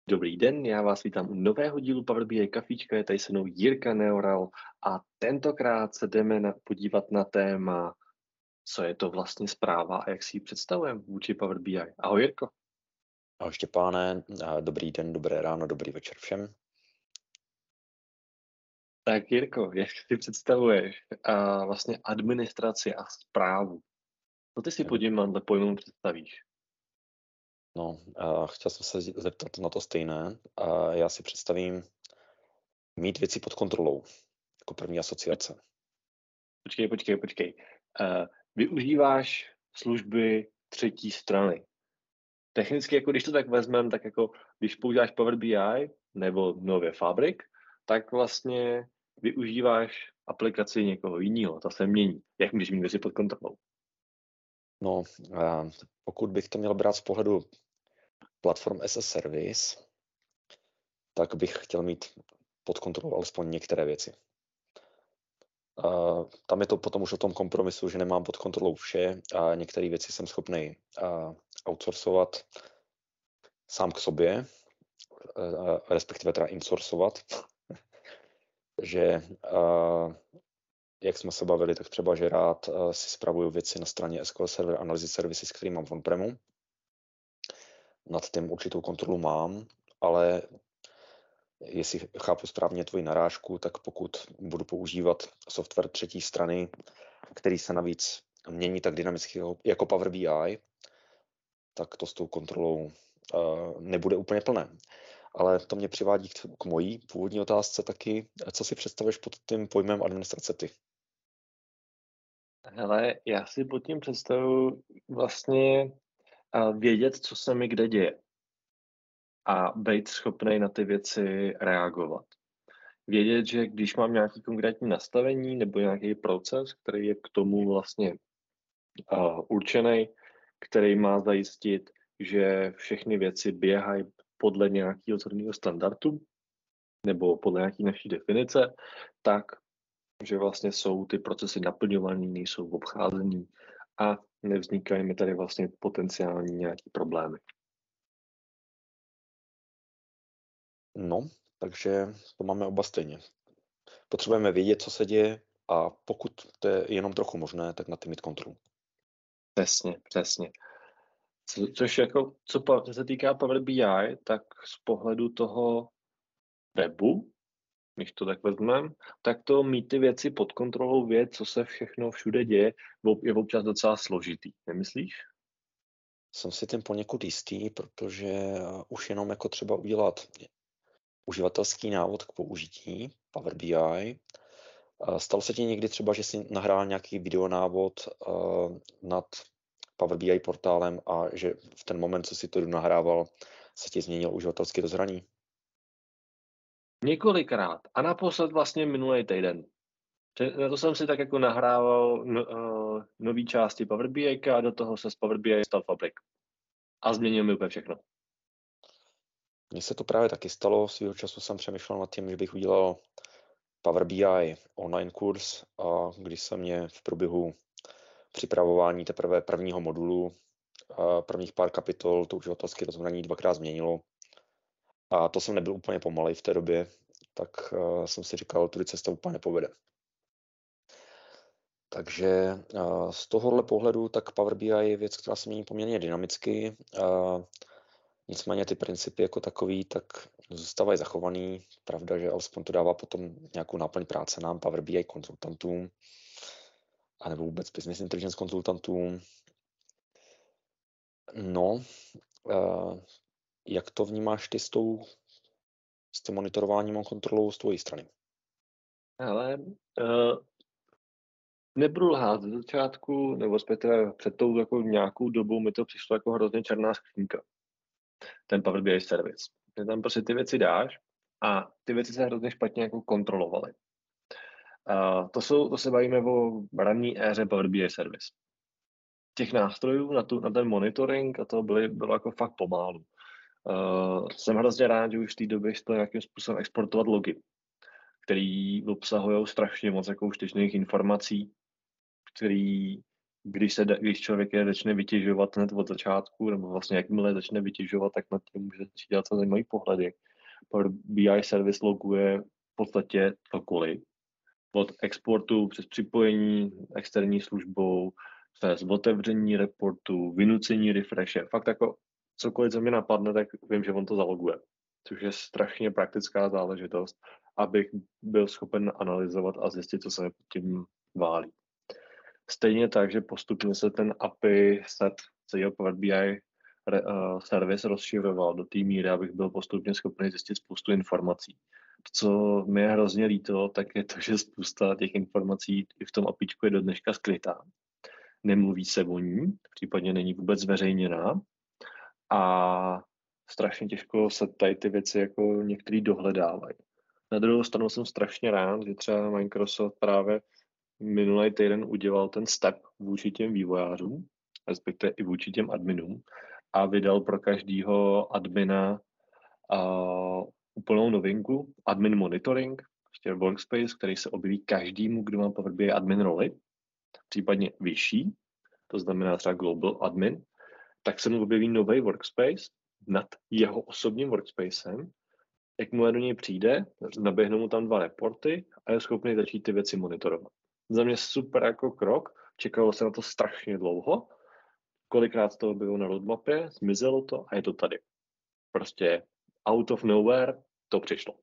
Dobrý den, já vás vítám u nového dílu Power BI Kafíčka, je tady se mnou Jirka Neural a tentokrát se jdeme podívat na téma, co je to vlastně zpráva a jak si ji představujeme vůči Power BI. Ahoj Jirko. Ahoj Štěpáne, dobrý den, dobré ráno, dobrý večer všem. Tak Jirko, jak si představuješ vlastně administraci a zprávu? Co ty si pod Mhm. tímhle pojmem představíš? No, chtěl jsem se zeptat na to stejné. Já si představím mít věci pod kontrolou, jako první asociace. Počkej. Využíváš služby třetí strany. Technicky, jako když to tak vezmeme, tak jako když používáš Power BI nebo nově Fabric, tak vlastně využíváš aplikaci někoho jiného, ta se mění. Jak můžeš mít věci pod kontrolou? No, pokud bych to měl brát z pohledu platform as a service, tak bych chtěl mít pod kontrolou alespoň některé věci. Tam je to potom už o tom kompromisu, že nemám pod kontrolou vše a některé věci jsem schopný outsourcovat sám k sobě, respektive teda insourcovat, že jak jsme se bavili, tak třeba, že rád si spravuju věci na straně SQL Server Analysis Services, který mám v on-premu. Nad tím určitou kontrolu mám, ale jestli chápu správně tvoji narážku, tak pokud budu používat software třetí strany, který se navíc mění tak dynamicky jako Power BI, tak to s tou kontrolou nebude úplně plné. Ale to mě přivádí k mojí původní otázce taky, co si představuješ pod tím pojmem administrace ty? Hele, já si pod tím představuji vlastně vědět, co se mi kde děje a být schopný na ty věci reagovat. Vědět, že když mám nějaký konkrétní nastavení nebo nějaký proces, který je k tomu vlastně určený, který má zajistit, že všechny věci běhají podle nějakého cerného standardu nebo podle nějaké naší definice, tak, že vlastně jsou ty procesy naplňovaný, nejsou obcházený a nevznikají mi tady vlastně potenciální nějaký problémy. No, takže to máme oba stejně. Potřebujeme vědět, co se děje a pokud to je jenom trochu možné, tak nad tím mít kontrolu. Přesně. Což jako, co se týká Power BI, tak z pohledu toho webu, když to tak vezmeme, tak to mít ty věci pod kontrolou, věc, co se všechno všude děje, je občas docela složitý, nemyslíš? Jsem si tím poněkud jistý, protože už jenom jako třeba udělat uživatelský návod k použití Power BI. Stalo se ti někdy třeba, že jsi nahrál nějaký videonávod nad Power BI portálem a že v ten moment, co si to nahrával, se ti změnil uživatelský rozhraní? Několikrát. A naposled vlastně minulý týden. Na to jsem si tak jako nahrával nový části Power BI a do toho se z Power BI stal Fabric. A změnil mi úplně všechno. Mně se to právě taky stalo, svýho času jsem přemýšlel nad tím, že bych udělal Power BI online kurz a když se mě v průběhu připravování teprve prvního modulu, prvních pár kapitol, to uživatelské rozhraní dvakrát změnilo. A to jsem nebyl úplně pomalej v té době, tak jsem si říkal, tudy cesta úplně nepovede. Takže z tohohle pohledu tak Power BI je věc, která se mění poměrně dynamicky. Nicméně ty principy jako takový tak zůstávají zachovaný. Pravda, že alespoň to dává potom nějakou náplň práce nám, Power BI konzultantům, anebo vůbec Business Intelligence konzultantům. No, jak to vnímáš ty s tím monitorováním a kontrolou z tvojí strany? Ale nebudu lhát, ze začátku, nebo respektive před tou jako nějakou dobou mi to přišlo jako hrozně černá skřínka. Ten Power BI service. Že tam prostě ty věci dáš a ty věci se hrozně špatně jako kontrolovaly. To se bavíme o ranní éře Power BI service. Těch nástrojů na ten monitoring a to bylo jako fakt pomálu. Jsem hrozně rád, že už v té době šlo nějakým způsobem exportovat logy, který obsahují strašně moc jako užitečných informací, který když člověk je začne vytěžovat hned od začátku, nebo vlastně jakmile začne vytěžovat, tak na tím může začít dělat co zajímavý pohledy. Power BI servis loguje v podstatě cokoliv. Od exportu přes připojení externí službou, přes otevření reportu, vynucení refreshe. Fakt jako cokoliv, co mě napadne, tak vím, že on to zaloguje. Což je strašně praktická záležitost, abych byl schopen analyzovat a zjistit, co se mi pod tím válí. Stejně tak, že postupně se ten API set celého Power BI servis rozšiřoval do té míry, abych byl postupně schopný zjistit spoustu informací. Co mi je hrozně líto, tak je to, že spousta těch informací i v tom APIčku je do dneška skrytá. Nemluví se o ní, případně není vůbec zveřejněná a strašně těžko se tady ty věci jako některý dohledávají. Na druhou stranu jsem strašně rád, že třeba Microsoft právě minulý týden udělal ten step vůči těm vývojářům, respektive i vůči těm adminům a vydal pro každého admina úplnou novinku, admin monitoring, prostě workspace, který se objeví každému, kdo má Power BI admin roli, případně vyšší, to znamená třeba global admin, tak se mu objeví nový workspace nad jeho osobním workspacem. Jakmile do něj přijde, naběhnou mu tam 2 reporty a je schopný začít ty věci monitorovat. Za mě super jako krok, čekalo se na to strašně dlouho, kolikrát to bylo na roadmapě, zmizelo to a je to tady. Prostě out of nowhere to přišlo.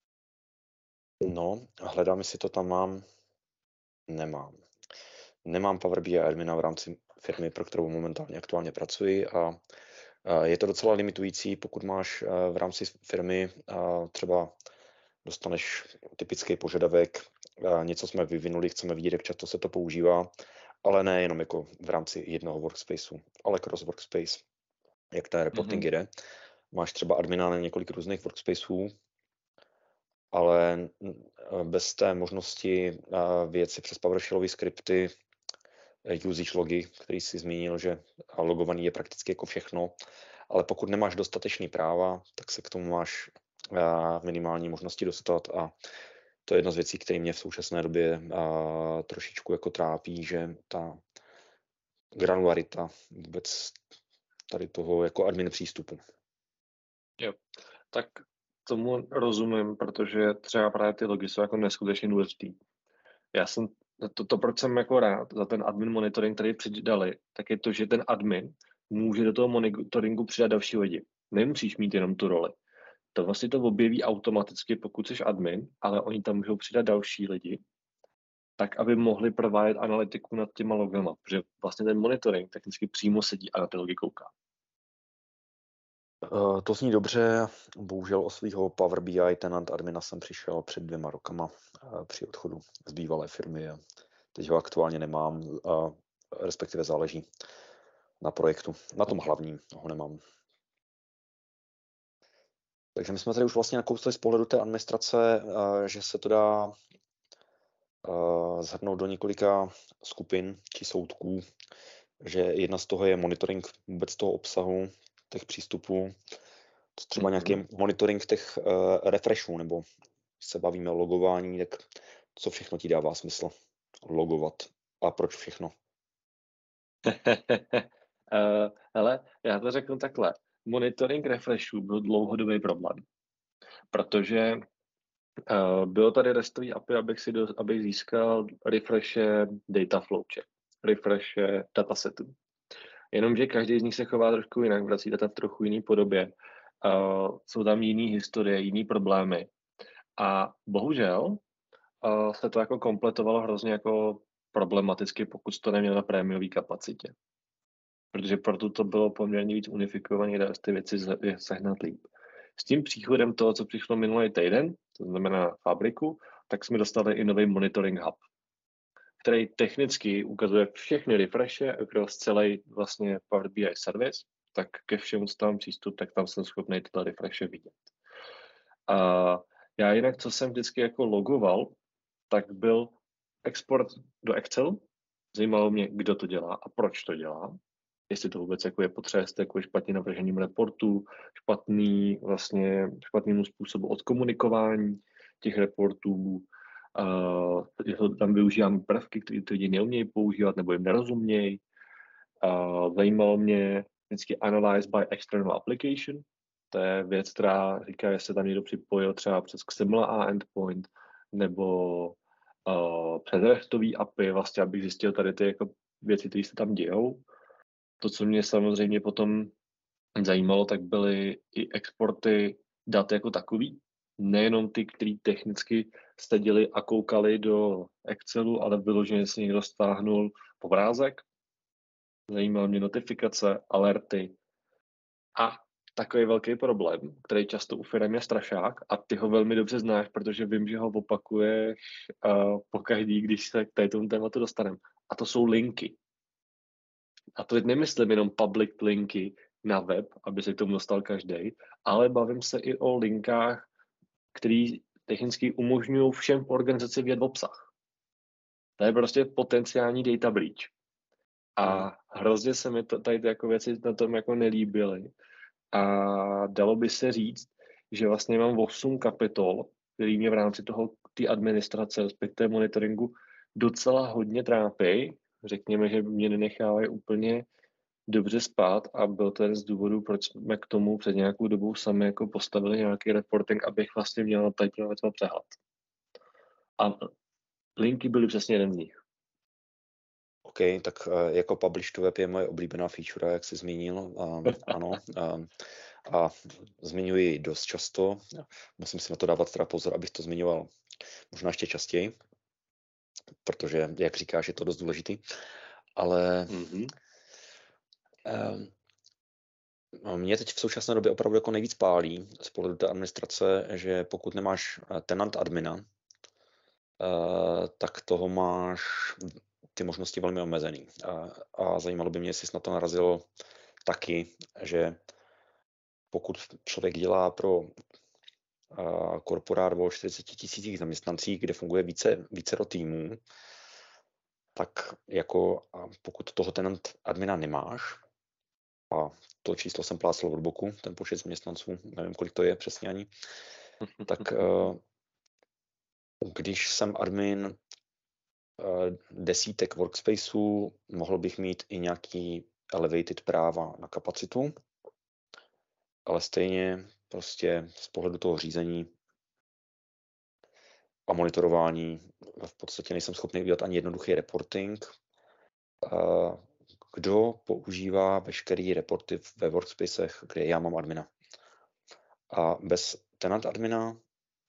No, hledám, jestli to tam mám. Nemám. Nemám Power BI admina v rámci firmy, pro kterou momentálně aktuálně pracuji a je to docela limitující, pokud máš v rámci firmy třeba dostaneš typický požadavek, něco jsme vyvinuli, chceme vidět, jak často se to používá, ale ne jenom jako v rámci jednoho workspaceu, ale cross workspace, jak ten reporting jde. Máš třeba admina na několik různých workspaceů, ale bez té možnosti věci přes PowerShellové skripty, usage logy, který si zmínil, že logovaný je prakticky jako všechno, ale pokud nemáš dostatečný práva, tak se k tomu máš minimální možnosti dostat a to je jedna z věcí, které mě v současné době trošičku jako trápí, že ta granularita vůbec tady toho jako admin přístupu. Jo, tak tomu rozumím, protože třeba právě ty logy jsou jako neskutečně důležitý. Já jsem to, proč jsem jako rád za ten admin monitoring, který přidali, tak je to, že ten admin může do toho monitoringu přidat další lidi. Nemusíš mít jenom tu roli. To vlastně to objeví automaticky, pokud jsi admin, ale oni tam můžou přidat další lidi, tak aby mohli provádět analytiku nad těma logama, protože vlastně ten monitoring technicky přímo sedí a na ty logy kouká. To zní dobře, bohužel o svého Power BI tenant admina jsem přišel před 2 rokama při odchodu z bývalé firmy a teď ho aktuálně nemám, respektive záleží na projektu. Na tom hlavním ho nemám. Takže my jsme tady už vlastně nakousli z pohledu té administrace, že se to dá shrnout do několika skupin či soudků, že jedna z toho je monitoring vůbec toho obsahu, těch přístupů, třeba nějaký monitoring těch refreshů, nebo když se bavíme o logování, tak co všechno ti dává smysl logovat a proč všechno? Hele, já to řeknu takhle. Monitoring refreshů byl dlouhodobý problém, protože bylo tady restový API, abych získal refreshe dataflow check, refreshe datasetů. Jenomže každý z nich se chová trošku jinak, vrací data v trochu jiný podobě. Jsou tam jiný historie, jiný problémy. A bohužel se to jako kompletovalo hrozně jako problematicky, pokud to nemělo na prémiové kapacitě. Protože proto to bylo poměrně víc unifikované, dá ty věci sehnat líp. S tím příchodem toho, co přišlo minulý týden, to znamená Fabriku, tak jsme dostali i nový monitoring hub, který technicky ukazuje všechny refreshe across celý vlastně Power BI service, tak ke všemu, co tam přístup, tak tam jsem schopný tyto refreshe vidět. A já jinak, co jsem vždycky jako logoval, tak byl export do Excelu. Zajímalo mě, kdo to dělá a proč to dělá. Jestli to vůbec jako je potřest jako špatně navrženým reportů, špatnému způsobu odkomunikování těch reportů, tam využívám prvky, které ty lidi neumějí používat nebo jim nerozumějí. Zajímalo mě vždycky Analyze by External Application. To je věc, která říká, jestli tam někdo připojil třeba přes XML a endpoint nebo přes RESTový API, vlastně, abych zjistil tady ty jako věci, které se tam dějou. To, co mě samozřejmě potom zajímalo, tak byly i exporty dat jako takový. Nejenom ty, který technicky seděli a koukali do Excelu, ale vyloženě si někdo stáhnul obrázek. Zajímaly mě notifikace, alerty a takový velký problém, který často u firem je strašák a ty ho velmi dobře znáš, protože vím, že ho opakuješ pokaždý, když se k tomu tématu dostaneme. A to jsou linky. A to nemyslím jenom public linky na web, aby se k tomu dostal každý, ale bavím se i o linkách, které technicky umožňují všem v organizaci vidět obsah. To je prostě potenciální data breach. A hrozně se mi tady ty jako věci na tom jako nelíbily. A dalo by se říct, že vlastně mám 8 kapitol, který mě v rámci té administrace, respektive monitoringu, docela hodně trápí. Řekněme, že mě nenechávají úplně dobře spát a byl to jeden z důvodů, proč jsme k tomu před nějakou dobou sami jako postavili nějaký reporting, abych vlastně měl tady věcma přehled. A linky byly přesně jeden z nich. OK, tak jako publish to web je moje oblíbená feature, jak jsi zmínil. Ano. A zmiňuji ji dost často. Musím si na to dávat teda pozor, abych to zmiňoval možná ještě častěji, protože, jak říkáš, je to dost důležitý. Ale mě teď v současné době opravdu jako nejvíc pálí z pohledu té administrace, že pokud nemáš tenant admina, tak toho máš ty možnosti velmi omezený. A zajímalo by mě, jestli jsi na to narazil taky, že pokud člověk dělá pro korporát o 40 000 zaměstnancích, kde funguje vícero týmů, tak jako pokud toho tenant admina nemáš, a to číslo jsem plácl od boku, ten počet zaměstnanců, nevím, kolik to je přesně ani, tak když jsem admin desítek workspaceů, mohl bych mít i nějaký elevated práva na kapacitu, ale stejně prostě z pohledu toho řízení a monitorování v podstatě nejsem schopný udělat ani jednoduchý reporting. Kdo používá veškeré reporty ve workspacech, kde já mám admina. A bez tenant admina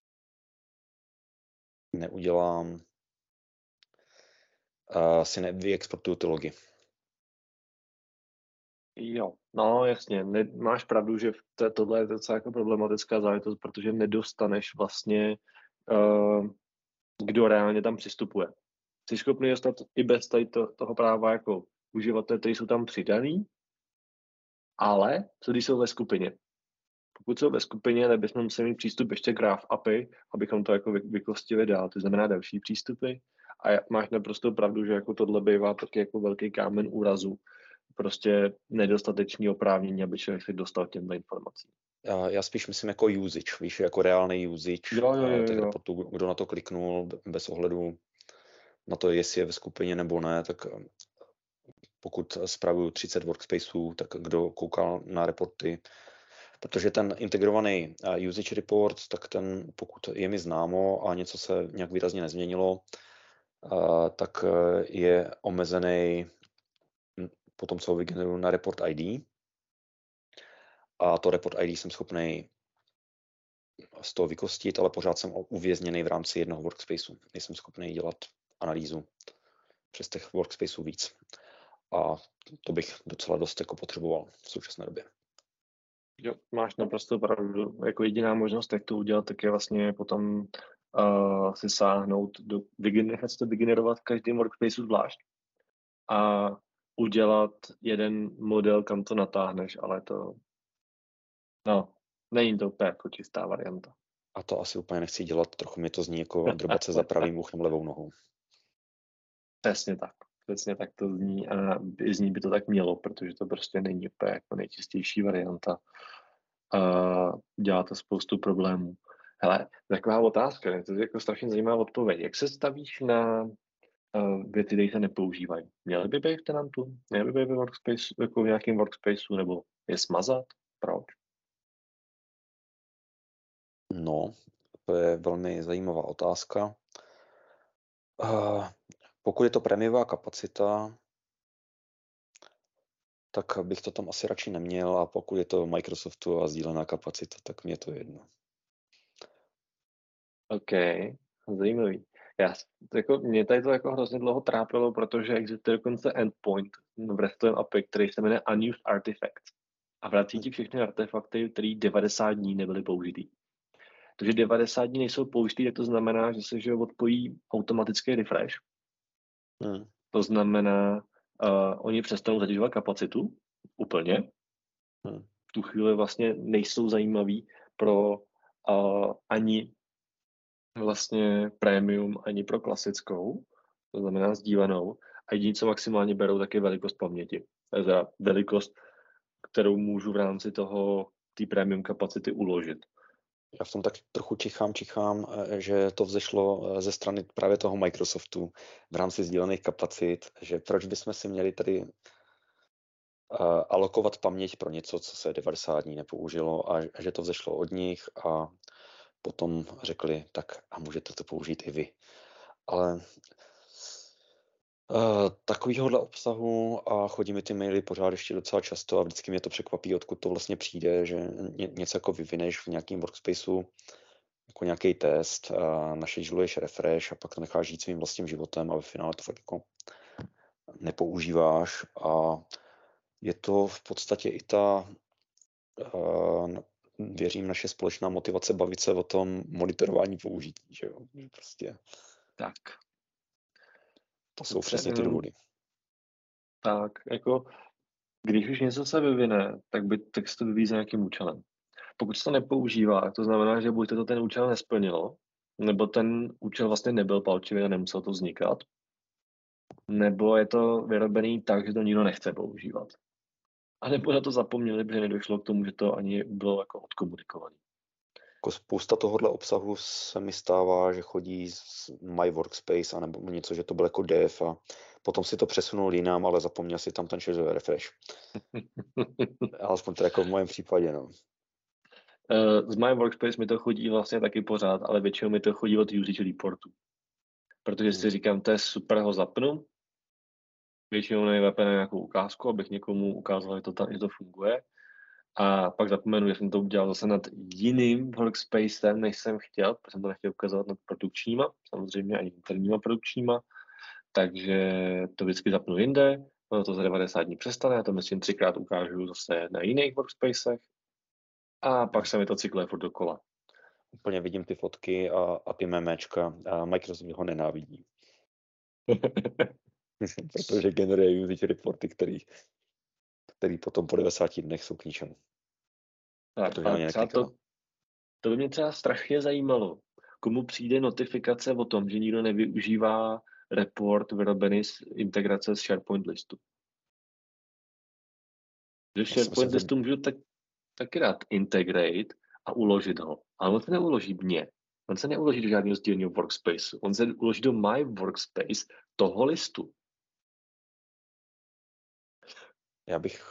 neudělám, si nevyexportuju ty logy. Jo, no jasně, máš pravdu, že tohle je docela jako problematická záležitost, protože nedostaneš vlastně, kdo reálně tam přistupuje. Jsi schopný dostat i bez tady toho práva jako uživatelé, kteří jsou tam přidaný, ale co když jsou ve skupině? Pokud jsou ve skupině, tak bychom museli mít přístup ještě Graph API, abychom to jako vykostili dál, to znamená další přístupy. A máš naprosto pravdu, že jako tohle bývá taky jako velký kámen úrazu, prostě nedostatečný oprávnění, aby člověk se dostal k těmto informacím. Já spíš myslím jako usage, víš, jako reálný usage těch reportů, kdo na to kliknul bez ohledu na to, jestli je ve skupině nebo ne, tak pokud spravuju 30 workspaceů, tak kdo koukal na reporty, protože ten integrovaný usage report, tak ten, pokud je mi známo a něco se nějak výrazně nezměnilo, tak je omezený potom, co ho vygeneruju na report ID. A to report ID jsem schopný z toho vykostit, ale pořád jsem uvězněný v rámci jednoho workspaceu. Nejsem schopný dělat analýzu přes těch workspaceů víc. A to bych docela dost jako potřeboval v současné době. Jo, máš naprosto pravdu. Jako jediná možnost, jak to udělat, tak je vlastně potom si sáhnout vygenerovat každým workspaceu zvlášť a udělat jeden model, kam to natáhneš, ale to není to úplně jako čistá varianta. A to asi úplně nechci dělat, trochu mi to zní jako drobat se za pravým uchem levou nohou. Přesně tak to zní a zní by to tak mělo, protože to prostě není úplně jako nejčistější varianta. Dělá to spoustu problémů. Hele, taková otázka, je to jako strašně zajímavá odpověď. Jak se stavíš na věci, které se nepoužívají? Měly by být v tenantu? Měly by být ve workspace, jako v nějakém workspaceu, nebo je smazat? Proč? No, to je velmi zajímavá otázka. Pokud je to prémiová kapacita, tak bych to tam asi radši neměl, a pokud je to Microsoftu a sdílená kapacita, tak mě to jedno. OK, zajímavý. Mě tady to jako hrozně dlouho trápilo, protože existuje dokonce endpoint v RESTovém API, který se jmenuje Unused Artifacts. A vrací ti všechny artefakty, které 90 dní nebyly použitý. Takže 90 dní nejsou použitý, tak to znamená, že se odpojí automatický refresh. To znamená, oni přestanou zatěžovat kapacitu úplně. V tu chvíli vlastně nejsou zajímaví pro ani vlastně premium, ani pro klasickou, to znamená sdílenou. A jediné, co maximálně berou, tak je velikost paměti. To je teda velikost, kterou můžu v rámci té premium kapacity uložit. Já v tom tak trochu čichám, že to vzešlo ze strany právě toho Microsoftu v rámci sdílených kapacit, že proč bychom si měli tady alokovat paměť pro něco, co se 90 dní nepoužilo, a že to vzešlo od nich a potom řekli, tak a můžete to použít i vy. Ale takovýhohle obsahu, a chodí mi ty maily pořád ještě docela často a vždycky mě to překvapí, odkud to vlastně přijde, že něco jako vyvineš v nějakém workspaceu, jako nějaký test, a našedžluješ refresh a pak to necháš žít svým vlastním životem a ve finále to fakt jako nepoužíváš. A je to v podstatě i ta, věřím, naše společná motivace bavit se o tom monitorování použití, že jo? Že prostě Tak. to jsou přesně ty důvody. Tak, jako když už něco se vyvine, tak se to vyvíjí za nějakým účelem. Pokud se to nepoužívá, to znamená, že buď to ten účel nesplnilo, nebo ten účel vlastně nebyl palčivý a nemusel to vznikat, nebo je to vyrobený tak, že to nikdo nechce používat. A nebo na to zapomněli, protože nedošlo k tomu, že to ani bylo jako odkomunikované. Jako spousta tohohle obsahu se mi stává, že chodí z My Workspace anebo něco, že to bylo jako dev a potom si to přesunul jinam, ale zapomněl si tam ten shadow refresh. Alespoň to jako v mém případě, no. Z My Workspace mi to chodí vlastně taky pořád, ale většinou mi to chodí od usage reportu. Protože si říkám, to je super, ho zapnu. Většinou nejlépe na nějakou ukázku, abych někomu ukázal, že to funguje. A pak zapomenu, že jsem to udělal zase nad jiným workspacem, než jsem chtěl, protože jsem to nechtěl ukazovat nad produkčníma, samozřejmě ani interníma produkčníma. Takže to vždycky zapnu jinde, ono to za 90 dní přestane, já to myslím 3krát ukážu zase na jiných workspacech a pak se mi to cykluje furt dokola. Úplně vidím ty fotky a ty memečka a Microsoft ho nenávidí. Protože generuje usage reporty, který potom po 90 dnech jsou k ničemu. Tak, to by mě třeba strašně zajímalo, komu přijde notifikace o tom, že nikdo nevyužívá report vyrobený z integrace z SharePoint listu. Že SharePoint listu můžu taky dát integrate a uložit ho. Ale on se neuloží mě. On se neuloží do žádného sdílného workspace. On se uloží do My Workspace toho listu. Já bych,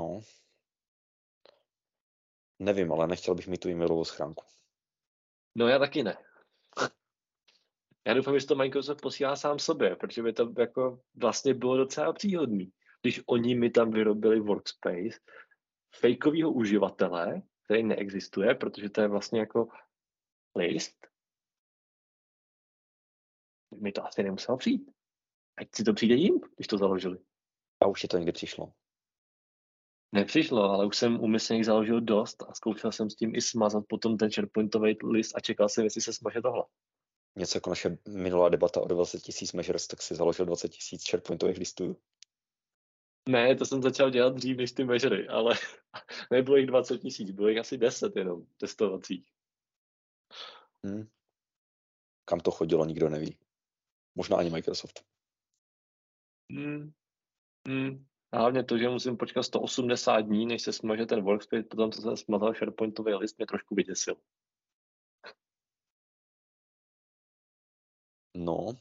nevím, ale nechtěl bych mít tu e-mailovou schránku. No já taky ne. Já doufám, že to Microsoft posílá sám sobě, protože by to jako vlastně bylo docela příhodný. Když oni mi tam vyrobili workspace fejkového uživatele, který neexistuje, protože to je vlastně jako list, mi to asi nemuselo přijít. Ať si to přijde jim, když to založili. A už je to někdy přišlo? Nepřišlo, ale už jsem úmyslně založil dost a zkoušel jsem s tím i smazat potom ten SharePointový list a čekal jsem, jestli se smaže tohle. Něco jako naše minulá debata o 20 000 measures, tak si založil 20 000 SharePointových listů. Ne, to jsem začal dělat dřív než ty measury, ale nebylo jich 20 000, bylo jich asi 10 jenom testovacích. Kam to chodilo, nikdo neví. Možná ani Microsoft. A hlavně to, že musím počkat 180 dní, než se smaže ten workspace, potom co se smazal SharePointový list, mě trošku vyděsil. No,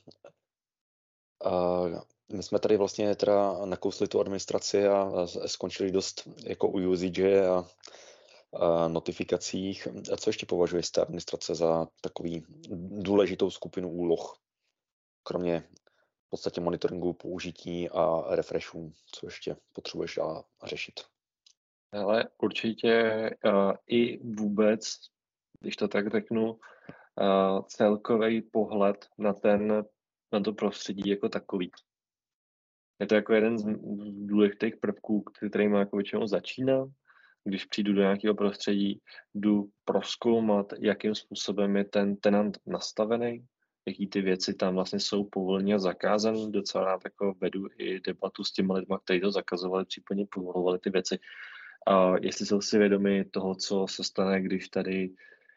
a my jsme tady vlastně teda nakousli tu administraci a skončili dost jako u usage a notifikacích. A co ještě považuješ z té administrace za takový důležitou skupinu úloh? Kromě v podstatě monitoringu, použití a refreshů, co ještě potřebuješ řešit? Ale určitě i vůbec, když to tak řeknu, celkový pohled na to prostředí jako takový. Je to jako jeden z důležitých prvků, který má jako většinou začínám. Když přijdu do nějakého prostředí, jdu prozkoumat, jakým způsobem je ten tenant nastavený, jaký ty věci tam vlastně jsou povolené a zakázané. Docela rád jako vedu i debatu s těmi lidmi, kteří to zakazovali, případně povolovali ty věci. A jestli jsou si vědomi toho, co se stane, když tady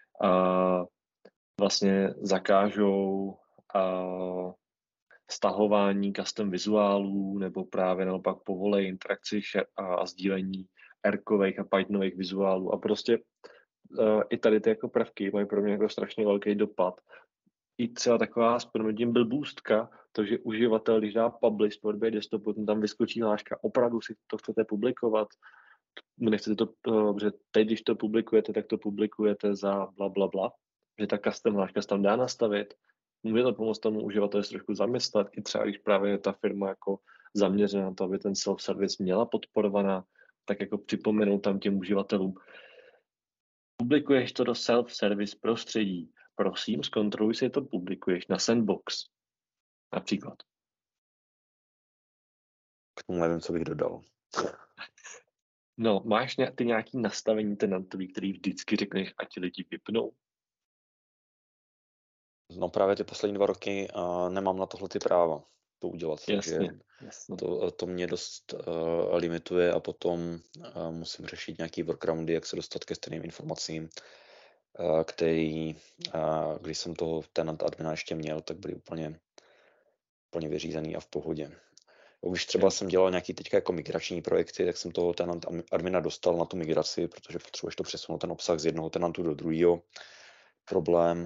vlastně zakážou stahování custom vizuálů nebo právě naopak povolej interakci a sdílení R-kových a Pythonových vizuálů. A prostě i tady ty jako prvky mají pro mě jako strašně velký dopad. I třeba taková s proměnitím blbůstka, to, že uživatel, když dá publish tvorbě desktopu, tam vyskočí hláška, opravdu si to chcete publikovat, nechcete to, že teď, když to publikujete, tak to publikujete za bla, bla, bla, že ta custom hláška se tam dá nastavit. Může to pomoct tomu uživateli trošku zamyslet, i třeba když právě je ta firma jako zaměřená na to, aby ten self-service měla podporovaná, tak jako připomenout tam těm uživatelům. Publikuješ to do self-service prostředí, prosím, zkontroluj si, to publikuješ na Sandbox. Například. K tomu nevím, co bych dodal. No, máš ty nějaký nastavení tenantový, který vždycky řekneš, ať lidi vypnou? No právě ty poslední 2 roky nemám na tohle ty práva to udělat, Jasně, takže jasně. to mě dost limituje a potom musím řešit nějaký workaroundy, jak se dostat ke stejným informacím, který, když jsem toho tenant admina ještě měl, tak byly úplně vyřízený a v pohodě. Když třeba jsem dělal nějaký teďka jako migrační projekty, tak jsem toho tenant admina dostal na tu migraci, protože potřebuješ to přesunout ten obsah z jednoho tenantu do druhého. Problém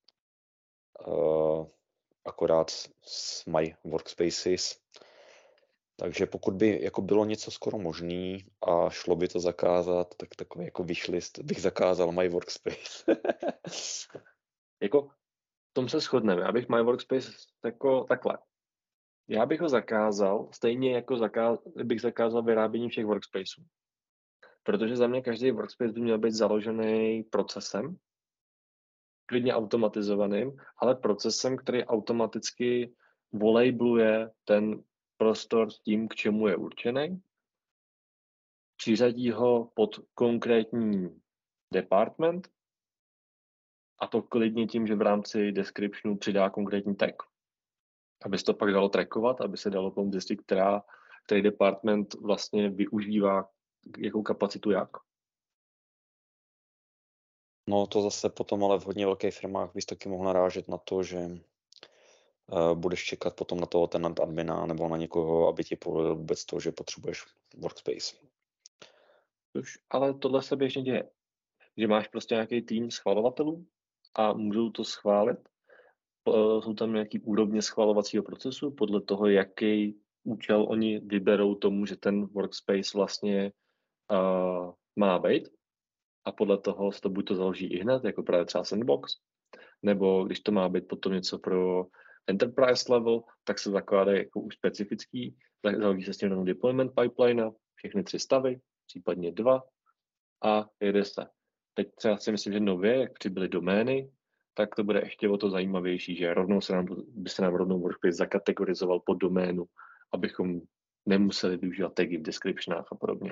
akorát s My Workspaces. Takže pokud by jako bylo něco skoro možný a šlo by to zakázat, tak takový jako wishlist bych zakázal My Workspace. Jako v tom se shodneme. Já bych My Workspace jako takhle. Já bych ho zakázal, stejně jako bych zakázal vyrábění všech workspaceů. Protože za mě každý workspace by měl být založený procesem, klidně automatizovaným, ale procesem, který automaticky volejbluje ten prostor s tím, k čemu je určený, přiřadí ho pod konkrétní department a to klidně tím, že v rámci descriptionu přidá konkrétní tag, aby se to pak dalo trackovat, aby se dalo potom zjistit, který department vlastně využívá jakou kapacitu jak. No to zase potom ale v hodně velkých firmách bys taky mohl narážet na to, že budeš čekat potom na toho tenant admina nebo na někoho, aby ti povolil vůbec to, že potřebuješ workspace. Ale tohle se běžně děje. Že máš prostě nějaký tým schvalovatelů a můžou to schválit. Jsou tam nějaký úrovně schvalovacího procesu podle toho, jaký účel oni vyberou tomu, že ten workspace vlastně má být. A podle toho se to buď to založí i hned, jako právě třeba Sandbox, nebo když to má být potom něco pro enterprise level, tak se zakládá jako už specifický, založí se s tím deployment pipeline, všechny 3 stavy, případně 2 a jede se. Teď třeba si myslím, že nově, jak přibyly domény, tak to bude ještě o to zajímavější, že by se nám rovnou Workspace zakategorizoval pod doménu, abychom nemuseli využívat tagy v descriptionách a podobně.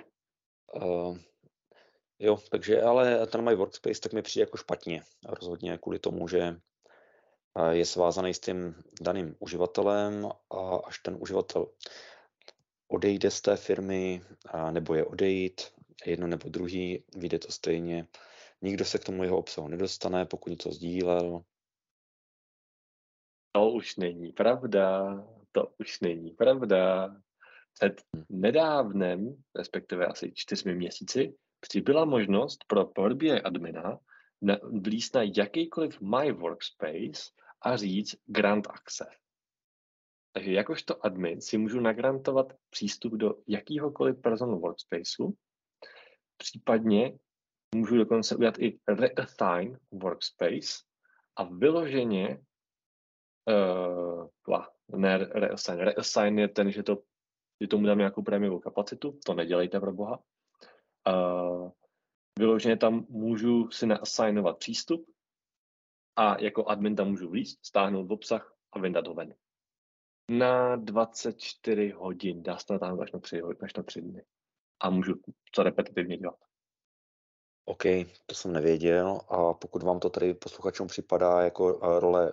Jo, takže ale ten My Workspace tak mi přijde jako špatně. Rozhodně kvůli tomu, že je svázaný s tím daným uživatelem a až ten uživatel odejde z té firmy nebo je odejít, jedno nebo druhý, vyjde to stejně. Nikdo se k tomu jeho obsahu nedostane, pokud něco sdílel. To už není pravda. Před nedávnem, respektive asi 4 měsíci, přibyla možnost pro Power BI admina vlízt na jakýkoliv My Workspace a říct grant access. Takže jakožto admin si můžu nagrantovat přístup do jakýhokoliv personal workspaceu, případně můžu dokonce udělat i reassign workspace a vyloženě ne reassign. Reassign je ten, že tomu dám nějakou prémiovou kapacitu, to nedělejte pro boha. Vyloženě tam můžu si naassignovat přístup a jako admin tam můžu vlízt, stáhnout obsah a vyndat ho ven. Na 24 hodin, dá se natáhnout až na 3 dny. A můžu to repetitivně dělat. OK, to jsem nevěděl a pokud vám to tady posluchačům připadá jako role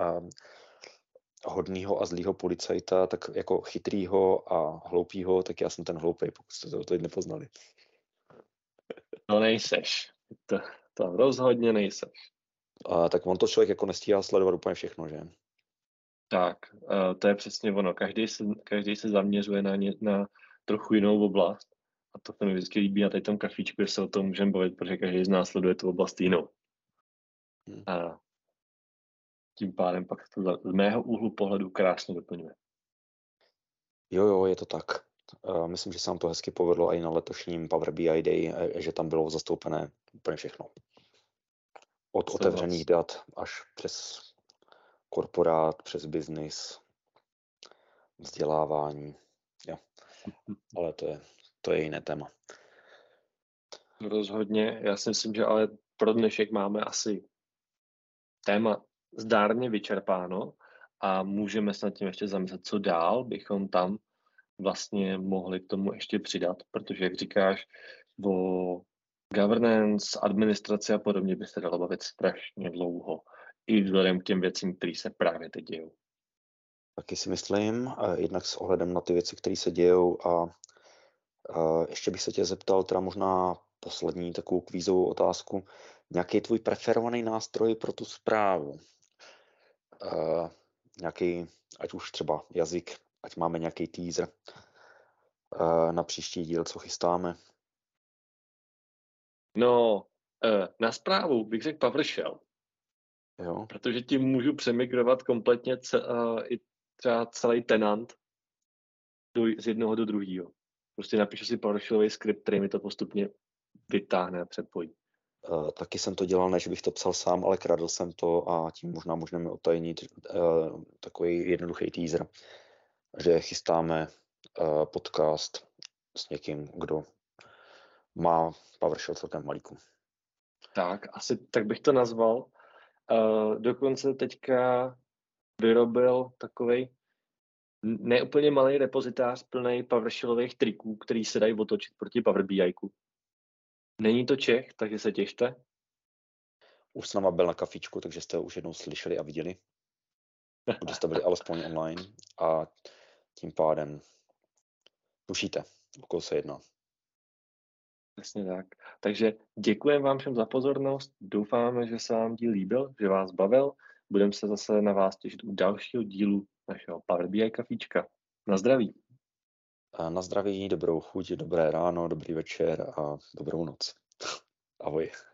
hodnýho a zlýho policajta, tak jako chytrýho a hloupýho, tak já jsem ten hloupej, pokud jste to teď nepoznali. No nejseš. To rozhodně nejseš. Tak on to člověk jako nestíhá sledovat úplně všechno, že? Tak, to je přesně ono. Každý se zaměřuje na trochu jinou oblast. A to se mi vždycky líbí na tom kafičku, že se o tom můžeme bavit, protože každý z nás sleduje tu oblast jinou. A tím pádem pak to z mého úhlu pohledu krásně doplňuje. Jo, je to tak. Myslím, že se nám to hezky povedlo i na letošním Power BI Day, že tam bylo zastoupené úplně všechno. Od otevřených dat až přes korporát, přes biznis, vzdělávání. Jo. Ale to je jiné téma. Rozhodně. Já si myslím, že ale pro dnešek máme asi téma zdárně vyčerpáno a můžeme se nad tím ještě zamyslet, co dál bychom tam vlastně mohli k tomu ještě přidat, protože, jak říkáš, o governance, administraci a podobně by se dalo bavit strašně dlouho, i vzhledem k těm věcím, které se právě teď dějou. Taky si myslím, jednak s ohledem na ty věci, které se dějou a ještě bych se tě zeptal teda možná poslední takovou kvízovou otázku. Nějaký tvůj preferovaný nástroj pro tu zprávu? Nějaký, ať už třeba jazyk, ať máme nějaký teaser na příští díl, co chystáme? No, na zprávu bych řekl PowerShell. Jo. Protože tím můžu přemigrovat kompletně i třeba celý tenant z jednoho do druhého. Prostě napíšu si PowerShellový skript, který mi to postupně vytáhne a přepojí. Taky jsem to dělal, než bych to psal sám, ale kradl jsem to a tím možná můžeme otajnit takový jednoduchý teaser, že chystáme podcast s někým, kdo má PowerShell celkem malíku. Tak, asi tak bych to nazval. Dokonce teďka vyrobil takovej neúplně malý repozitář plný PowerShellových triků, který se dají otočit proti Power BI-ku. Není to Čech, takže se těšte. Už s náma byl na kafičku, takže jste ho už jednou slyšeli a viděli. Když jste byli alespoň online a tím pádem tušíte, o koho se jedná. Přesně tak. Takže děkujeme vám všem za pozornost. Doufáme, že se vám díl líbil, že vás bavil. Budeme se zase na vás těšit u dalšího dílu našeho Power BI kafička. Na zdraví. Na zdraví, dobrou chuť, dobré ráno, dobrý večer a dobrou noc. Ahoj.